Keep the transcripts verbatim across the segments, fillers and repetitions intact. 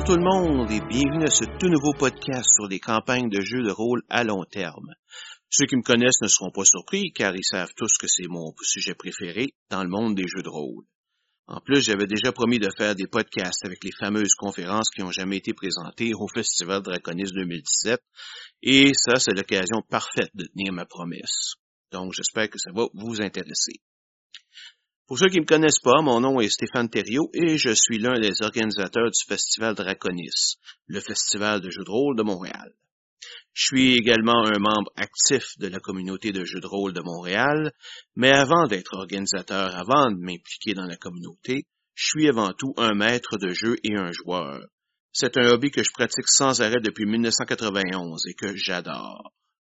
tout le monde et bienvenue à ce tout nouveau podcast sur les campagnes de jeux de rôle à long terme. Ceux qui me connaissent ne seront pas surpris car ils savent tous que c'est mon sujet préféré dans le monde des jeux de rôle. En plus, j'avais déjà promis de faire des podcasts avec les fameuses conférences qui n'ont jamais été présentées au Festival Draconis deux mille dix-sept et ça, c'est l'occasion parfaite de tenir ma promesse. Donc, j'espère que ça va vous intéresser. Pour ceux qui ne me connaissent pas, mon nom est Stéphane Thériault et je suis l'un des organisateurs du Festival Draconis, le festival de jeux de rôle de Montréal. Je suis également un membre actif de la communauté de jeux de rôle de Montréal, mais avant d'être organisateur, avant de m'impliquer dans la communauté, je suis avant tout un maître de jeu et un joueur. C'est un hobby que je pratique sans arrêt depuis mille neuf cent quatre-vingt-onze et que j'adore.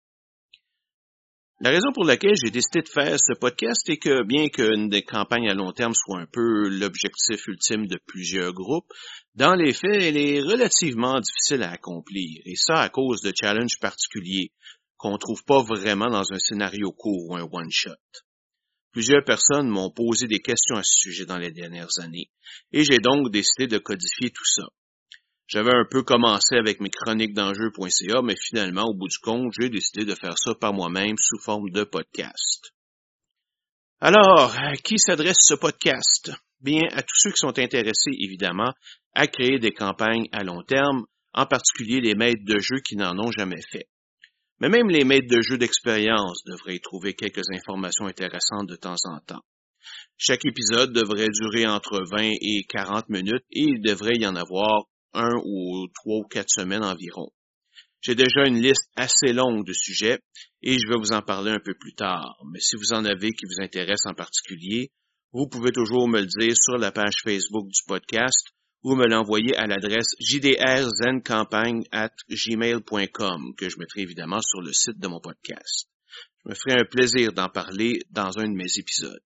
La raison pour laquelle j'ai décidé de faire ce podcast est que, bien qu'une des campagnes à long terme soit un peu l'objectif ultime de plusieurs groupes, dans les faits, elle est relativement difficile à accomplir, et ça à cause de challenges particuliers qu'on ne trouve pas vraiment dans un scénario court ou un one-shot. Plusieurs personnes m'ont posé des questions à ce sujet dans les dernières années, et j'ai donc décidé de codifier tout ça. J'avais un peu commencé avec mes chroniques d'enjeux point c a, mais finalement, au bout du compte, j'ai décidé de faire ça par moi-même sous forme de podcast. Alors, à qui s'adresse ce podcast? Bien, à tous ceux qui sont intéressés, évidemment, à créer des campagnes à long terme, en particulier les maîtres de jeu qui n'en ont jamais fait. Mais même les maîtres de jeu d'expérience devraient y trouver quelques informations intéressantes de temps en temps. Chaque épisode devrait durer entre vingt et quarante minutes et il devrait y en avoir un ou trois ou quatre semaines environ. J'ai déjà une liste assez longue de sujets et je vais vous en parler un peu plus tard. Mais si vous en avez qui vous intéressent en particulier, vous pouvez toujours me le dire sur la page Facebook du podcast ou me l'envoyer à l'adresse j d r zencampagne arobase gmail point com que je mettrai évidemment sur le site de mon podcast. Je me ferai un plaisir d'en parler dans un de mes épisodes.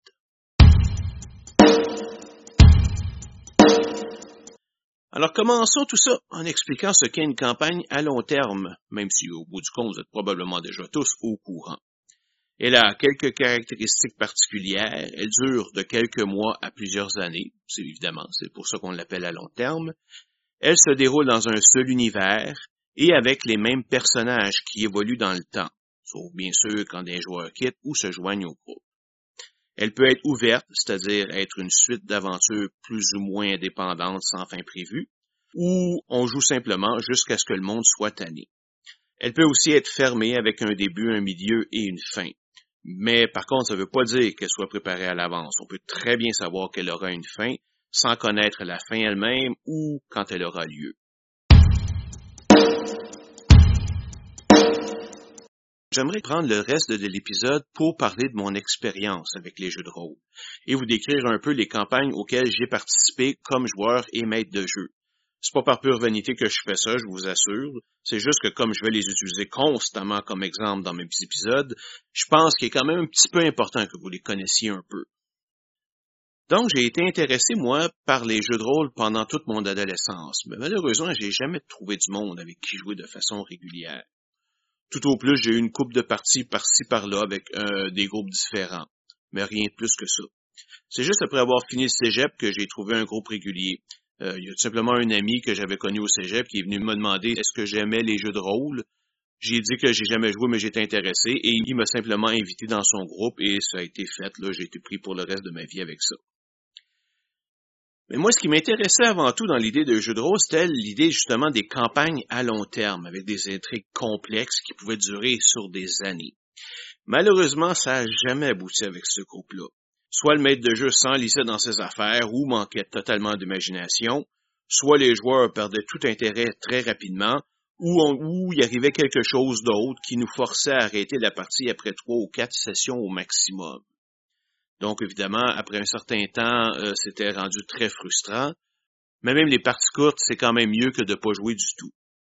Alors, commençons tout ça en expliquant ce qu'est une campagne à long terme, même si au bout du compte, vous êtes probablement déjà tous au courant. Elle a quelques caractéristiques particulières, elle dure de quelques mois à plusieurs années, c'est évidemment, c'est pour ça qu'on l'appelle à long terme. Elle se déroule dans un seul univers et avec les mêmes personnages qui évoluent dans le temps, sauf bien sûr quand des joueurs quittent ou se joignent au groupe. Elle peut être ouverte, c'est-à-dire être une suite d'aventures plus ou moins indépendantes sans fin prévue, ou on joue simplement jusqu'à ce que le monde soit tanné. Elle peut aussi être fermée avec un début, un milieu et une fin. Mais par contre, ça ne veut pas dire qu'elle soit préparée à l'avance. On peut très bien savoir qu'elle aura une fin sans connaître la fin elle-même ou quand elle aura lieu. J'aimerais prendre le reste de l'épisode pour parler de mon expérience avec les jeux de rôle et vous décrire un peu les campagnes auxquelles j'ai participé comme joueur et maître de jeu. C'est pas par pure vanité que je fais ça, je vous assure. C'est juste que comme je vais les utiliser constamment comme exemple dans mes épisodes, je pense qu'il est quand même un petit peu important que vous les connaissiez un peu. Donc, j'ai été intéressé, moi, par les jeux de rôle pendant toute mon adolescence, mais malheureusement, j'ai jamais trouvé du monde avec qui jouer de façon régulière. Tout au plus, j'ai eu une couple de parties par-ci par-là avec euh, des groupes différents, mais rien de plus que ça. C'est juste après avoir fini le cégep que j'ai trouvé un groupe régulier. Euh, il y a tout simplement un ami que j'avais connu au cégep qui est venu me demander est-ce que j'aimais les jeux de rôle. J'ai dit que j'ai jamais joué, mais j'étais intéressé, et il m'a simplement invité dans son groupe, et ça a été fait, là, j'ai été pris pour le reste de ma vie avec ça. Mais moi, ce qui m'intéressait avant tout dans l'idée de jeu de rôle, c'était l'idée justement des campagnes à long terme, avec des intrigues complexes qui pouvaient durer sur des années. Malheureusement, ça n'a jamais abouti avec ce groupe-là. Soit le maître de jeu s'enlisait dans ses affaires ou manquait totalement d'imagination, soit les joueurs perdaient tout intérêt très rapidement, ou, on, ou il arrivait quelque chose d'autre qui nous forçait à arrêter la partie après trois ou quatre sessions au maximum. Donc, évidemment, après un certain temps, euh, c'était rendu très frustrant. Mais même les parties courtes, c'est quand même mieux que de ne pas jouer du tout.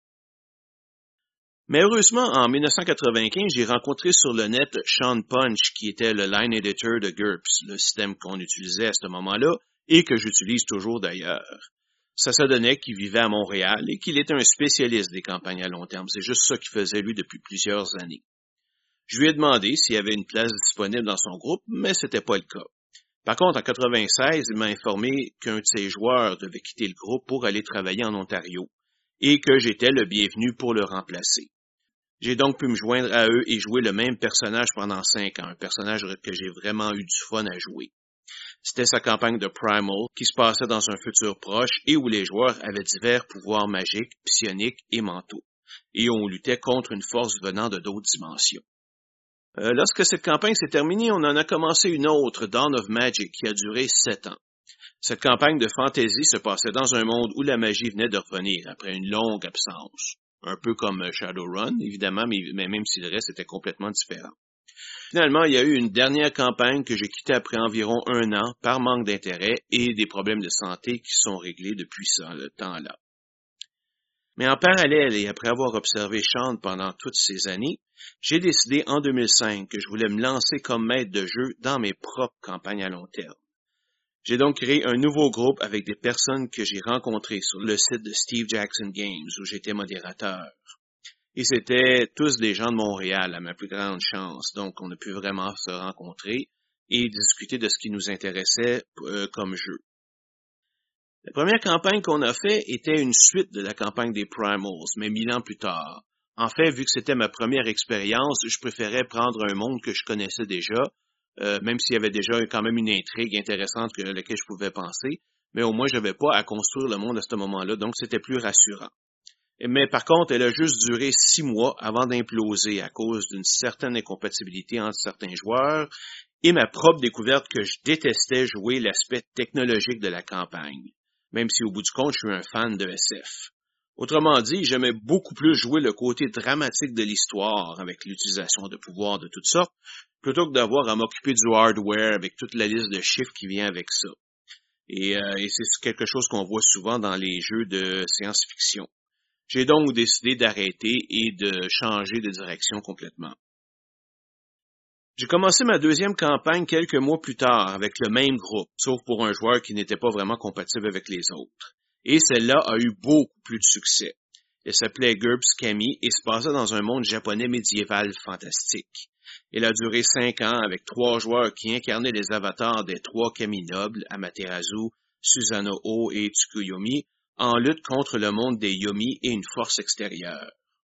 Mais heureusement, en mille neuf cent quatre-vingt-quinze, j'ai rencontré sur le net Sean Punch, qui était le line editor de GURPS, le système qu'on utilisait à ce moment-là, et que j'utilise toujours d'ailleurs. Ça se donnait qu'il vivait à Montréal et qu'il était un spécialiste des campagnes à long terme. C'est juste ça qu'il faisait, lui, depuis plusieurs années. Je lui ai demandé s'il y avait une place disponible dans son groupe, mais c'était pas le cas. Par contre, en quatre-vingt-seize, il m'a informé qu'un de ses joueurs devait quitter le groupe pour aller travailler en Ontario et que j'étais le bienvenu pour le remplacer. J'ai donc pu me joindre à eux et jouer le même personnage pendant cinq ans, un personnage que j'ai vraiment eu du fun à jouer. C'était sa campagne de Primal qui se passait dans un futur proche et où les joueurs avaient divers pouvoirs magiques, psioniques et mentaux. Et on luttait contre une force venant de d'autres dimensions. Euh, lorsque cette campagne s'est terminée, on en a commencé une autre, Dawn of Magic, qui a duré sept ans. Cette campagne de fantasy se passait dans un monde où la magie venait de revenir après une longue absence. Un peu comme Shadowrun, évidemment, mais, mais même si le reste était complètement différent. Finalement, il y a eu une dernière campagne que j'ai quittée après environ un an par manque d'intérêt et des problèmes de santé qui sont réglés depuis ce temps-là. Mais en parallèle et après avoir observé Sean pendant toutes ces années, j'ai décidé en deux mille cinq que je voulais me lancer comme maître de jeu dans mes propres campagnes à long terme. J'ai donc créé un nouveau groupe avec des personnes que j'ai rencontrées sur le site de Steve Jackson Games où j'étais modérateur. Et c'était tous des gens de Montréal, à ma plus grande chance, donc on a pu vraiment se rencontrer et discuter de ce qui nous intéressait euh, comme jeu. La première campagne qu'on a fait était une suite de la campagne des Primals, mais mille ans plus tard. En fait, vu que c'était ma première expérience, je préférais prendre un monde que je connaissais déjà, euh, même s'il y avait déjà quand même une intrigue intéressante à laquelle je pouvais penser, mais au moins je n'avais pas à construire le monde à ce moment-là, donc c'était plus rassurant. Mais par contre, elle a juste duré six mois avant d'imploser à cause d'une certaine incompatibilité entre certains joueurs et ma propre découverte que je détestais jouer l'aspect technologique de la campagne, même si au bout du compte, je suis un fan de S F. Autrement dit, j'aimais beaucoup plus jouer le côté dramatique de l'histoire avec l'utilisation de pouvoirs de toutes sortes, plutôt que d'avoir à m'occuper du hardware avec toute la liste de chiffres qui vient avec ça. Et, euh, et c'est quelque chose qu'on voit souvent dans les jeux de science-fiction. J'ai donc décidé d'arrêter et de changer de direction complètement. J'ai commencé ma deuxième campagne quelques mois plus tard avec le même groupe, sauf pour un joueur qui n'était pas vraiment compatible avec les autres. Et celle-là a eu beaucoup plus de succès. Elle s'appelait GURPS Kami et se passait dans un monde japonais médiéval fantastique. Elle a duré cinq ans avec trois joueurs qui incarnaient les avatars des trois Kami nobles, Amaterasu, Susanoo et Tsukuyomi, en lutte contre le monde des Yomi et une force extérieure.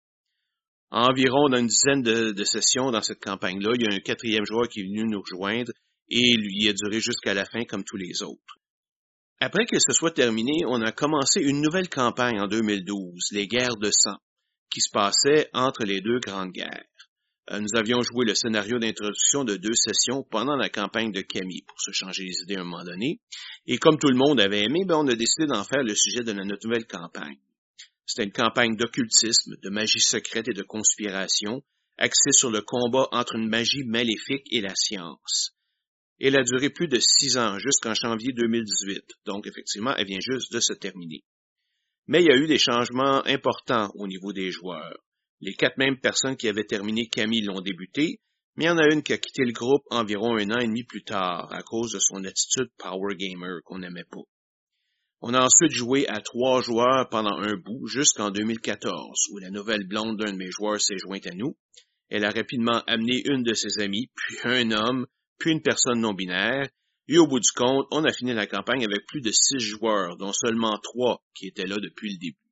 Environ dans une dizaine de, de sessions dans cette campagne-là, il y a un quatrième joueur qui est venu nous rejoindre et lui a duré jusqu'à la fin comme tous les autres. Après que ce soit terminé, on a commencé une nouvelle campagne en deux mille douze, les guerres de sang, qui se passaient entre les deux grandes guerres. Euh, nous avions joué le scénario d'introduction de deux sessions pendant la campagne de Kami pour se changer les idées à un moment donné. Et comme tout le monde avait aimé, ben on a décidé d'en faire le sujet de notre nouvelle campagne. C'était une campagne d'occultisme, de magie secrète et de conspiration, axée sur le combat entre une magie maléfique et la science. Elle a duré plus de six ans, jusqu'en janvier deux mille dix-huit, donc effectivement, elle vient juste de se terminer. Mais il y a eu des changements importants au niveau des joueurs. Les quatre mêmes personnes qui avaient terminé Kami l'ont débuté, mais il y en a une qui a quitté le groupe environ un an et demi plus tard, à cause de son attitude power gamer qu'on n'aimait pas. On a ensuite joué à trois joueurs pendant un bout, jusqu'en deux mille quatorze, où la nouvelle blonde d'un de mes joueurs s'est jointe à nous. Elle a rapidement amené une de ses amies, puis un homme, puis une personne non-binaire, et au bout du compte, on a fini la campagne avec plus de six joueurs, dont seulement trois qui étaient là depuis le début.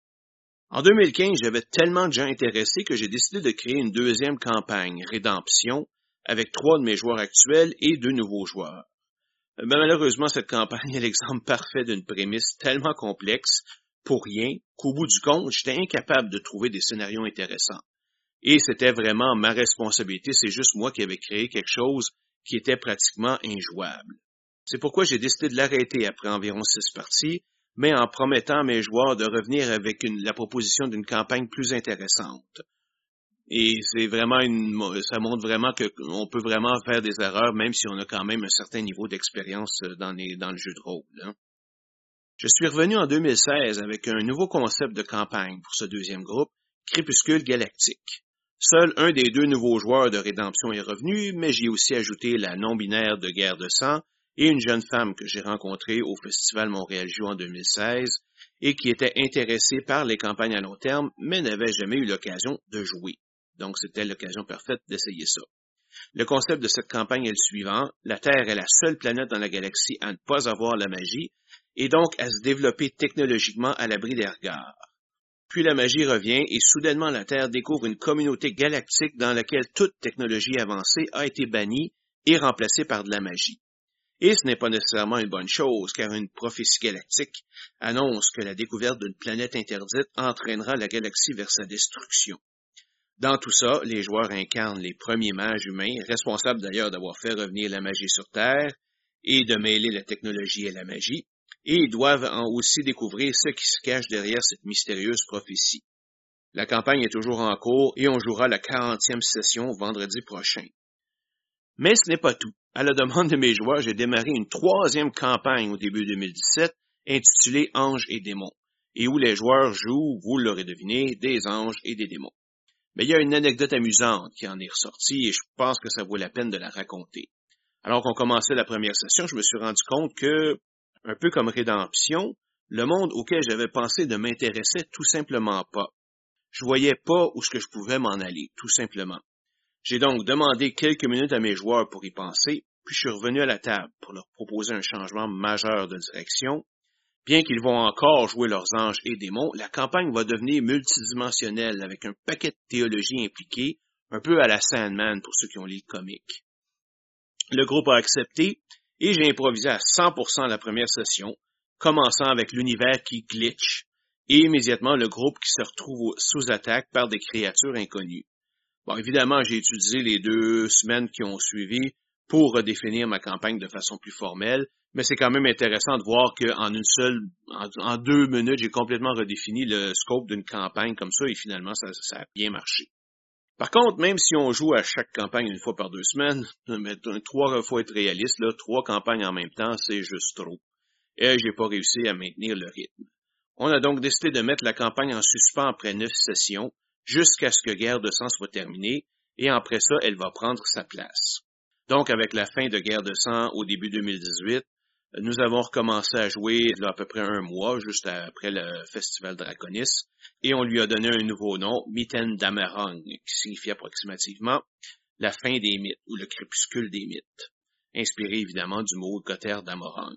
En deux mille quinze, j'avais tellement de gens intéressés que j'ai décidé de créer une deuxième campagne, Rédemption, avec trois de mes joueurs actuels et deux nouveaux joueurs. Mais malheureusement, cette campagne est l'exemple parfait d'une prémisse tellement complexe, pour rien, qu'au bout du compte, j'étais incapable de trouver des scénarios intéressants. Et c'était vraiment ma responsabilité, c'est juste moi qui avais créé quelque chose qui était pratiquement injouable. C'est pourquoi j'ai décidé de l'arrêter après environ six parties, mais en promettant à mes joueurs de revenir avec une, la proposition d'une campagne plus intéressante. Et c'est vraiment une, ça montre vraiment qu'on peut vraiment faire des erreurs, même si on a quand même un certain niveau d'expérience dans, les, dans le jeu de rôle. Hein. Je suis revenu en deux mille seize avec un nouveau concept de campagne pour ce deuxième groupe, Crépuscule Galactique. Seul un des deux nouveaux joueurs de Rédemption est revenu, mais j'ai aussi ajouté la non-binaire de Guerre de sang et une jeune femme que j'ai rencontrée au Festival Montréal-Joux en deux mille seize et qui était intéressée par les campagnes à long terme, mais n'avait jamais eu l'occasion de jouer. Donc, c'était l'occasion parfaite d'essayer ça. Le concept de cette campagne est le suivant. La Terre est la seule planète dans la galaxie à ne pas avoir la magie et donc à se développer technologiquement à l'abri des regards. Puis la magie revient et soudainement la Terre découvre une communauté galactique dans laquelle toute technologie avancée a été bannie et remplacée par de la magie. Et ce n'est pas nécessairement une bonne chose, car une prophétie galactique annonce que la découverte d'une planète interdite entraînera la galaxie vers sa destruction. Dans tout ça, les joueurs incarnent les premiers mages humains, responsables d'ailleurs d'avoir fait revenir la magie sur Terre et de mêler la technologie et la magie, et ils doivent en aussi découvrir ce qui se cache derrière cette mystérieuse prophétie. La campagne est toujours en cours et on jouera la quarantième session vendredi prochain. Mais ce n'est pas tout. À la demande de mes joueurs, j'ai démarré une troisième campagne au début deux mille dix-sept, intitulée Anges et démons, et où les joueurs jouent, vous l'aurez deviné, des anges et des démons. Mais il y a une anecdote amusante qui en est ressortie et je pense que ça vaut la peine de la raconter. Alors qu'on commençait la première session, je me suis rendu compte que, un peu comme Rédemption, le monde auquel j'avais pensé ne m'intéressait tout simplement pas. Je voyais pas où ce que je pouvais m'en aller, tout simplement. J'ai donc demandé quelques minutes à mes joueurs pour y penser, puis je suis revenu à la table pour leur proposer un changement majeur de direction. Bien qu'ils vont encore jouer leurs anges et démons, la campagne va devenir multidimensionnelle avec un paquet de théologie impliquée, un peu à la Sandman pour ceux qui ont lu le comic. Le groupe a accepté et j'ai improvisé à cent pour cent la première session, commençant avec l'univers qui glitch et immédiatement le groupe qui se retrouve sous attaque par des créatures inconnues. Bon, évidemment, j'ai utilisé les deux semaines qui ont suivi pour redéfinir ma campagne de façon plus formelle, mais c'est quand même intéressant de voir qu'en une seule, en, en deux minutes, j'ai complètement redéfini le scope d'une campagne comme ça et finalement, ça, ça a bien marché. Par contre, même si on joue à chaque campagne une fois par deux semaines, mais trois fois être réaliste, là, trois campagnes en même temps, c'est juste trop. Et j'ai pas réussi à maintenir le rythme. On a donc décidé de mettre la campagne en suspens après neuf sessions, jusqu'à ce que Guerre de sang soit terminée, et après ça, elle va prendre sa place. Donc, avec la fin de Guerre de sang au début deux mille dix-huit, nous avons recommencé à jouer là, à peu près un mois, juste après le Festival Draconis, et on lui a donné un nouveau nom, Miten Damerang, qui signifie approximativement la fin des mythes, ou le crépuscule des mythes, inspiré évidemment du mot Gother d'Amorang.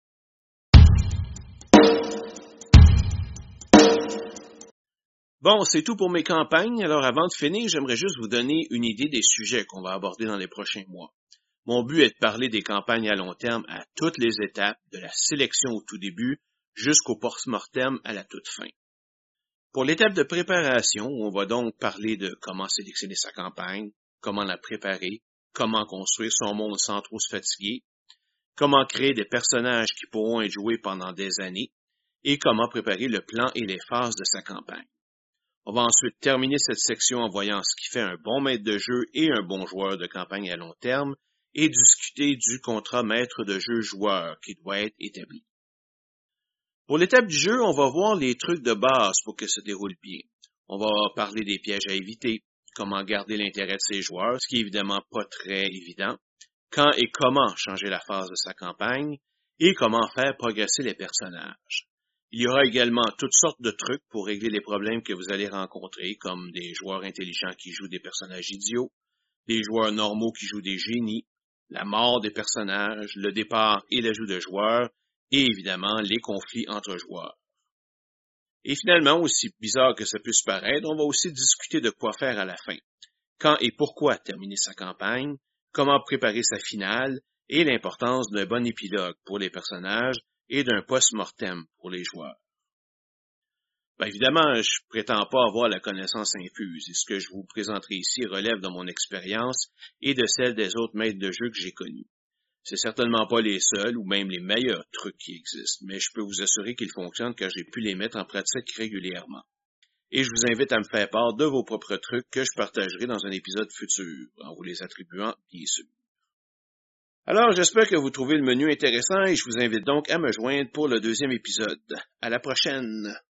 Bon, c'est tout pour mes campagnes. Alors, avant de finir, j'aimerais juste vous donner une idée des sujets qu'on va aborder dans les prochains mois. Mon but est de parler des campagnes à long terme à toutes les étapes, de la sélection au tout début jusqu'au post-mortem à la toute fin. Pour l'étape de préparation, on va donc parler de comment sélectionner sa campagne, comment la préparer, comment construire son monde sans trop se fatiguer, comment créer des personnages qui pourront être joués pendant des années et comment préparer le plan et les phases de sa campagne. On va ensuite terminer cette section en voyant ce qui fait un bon maître de jeu et un bon joueur de campagne à long terme et discuter du contrat maître de jeu joueur qui doit être établi. Pour l'étape du jeu, on va voir les trucs de base pour que ça déroule bien. On va parler des pièges à éviter, comment garder l'intérêt de ses joueurs, ce qui est évidemment pas très évident, quand et comment changer la phase de sa campagne et comment faire progresser les personnages. Il y aura également toutes sortes de trucs pour régler les problèmes que vous allez rencontrer, comme des joueurs intelligents qui jouent des personnages idiots, des joueurs normaux qui jouent des génies, la mort des personnages, le départ et l'ajout de joueurs, et évidemment les conflits entre joueurs. Et finalement, aussi bizarre que ça puisse paraître, on va aussi discuter de quoi faire à la fin, quand et pourquoi terminer sa campagne, comment préparer sa finale, et l'importance d'un bon épilogue pour les personnages, et d'un post-mortem pour les joueurs. Bien évidemment, je prétends pas avoir la connaissance infuse, et ce que je vous présenterai ici relève de mon expérience et de celle des autres maîtres de jeu que j'ai connus. C'est certainement pas les seuls ou même les meilleurs trucs qui existent, mais je peux vous assurer qu'ils fonctionnent car j'ai pu les mettre en pratique régulièrement. Et je vous invite à me faire part de vos propres trucs que je partagerai dans un épisode futur, en vous les attribuant bien sûr. Alors, j'espère que vous trouvez le menu intéressant et je vous invite donc à me joindre pour le deuxième épisode. À la prochaine!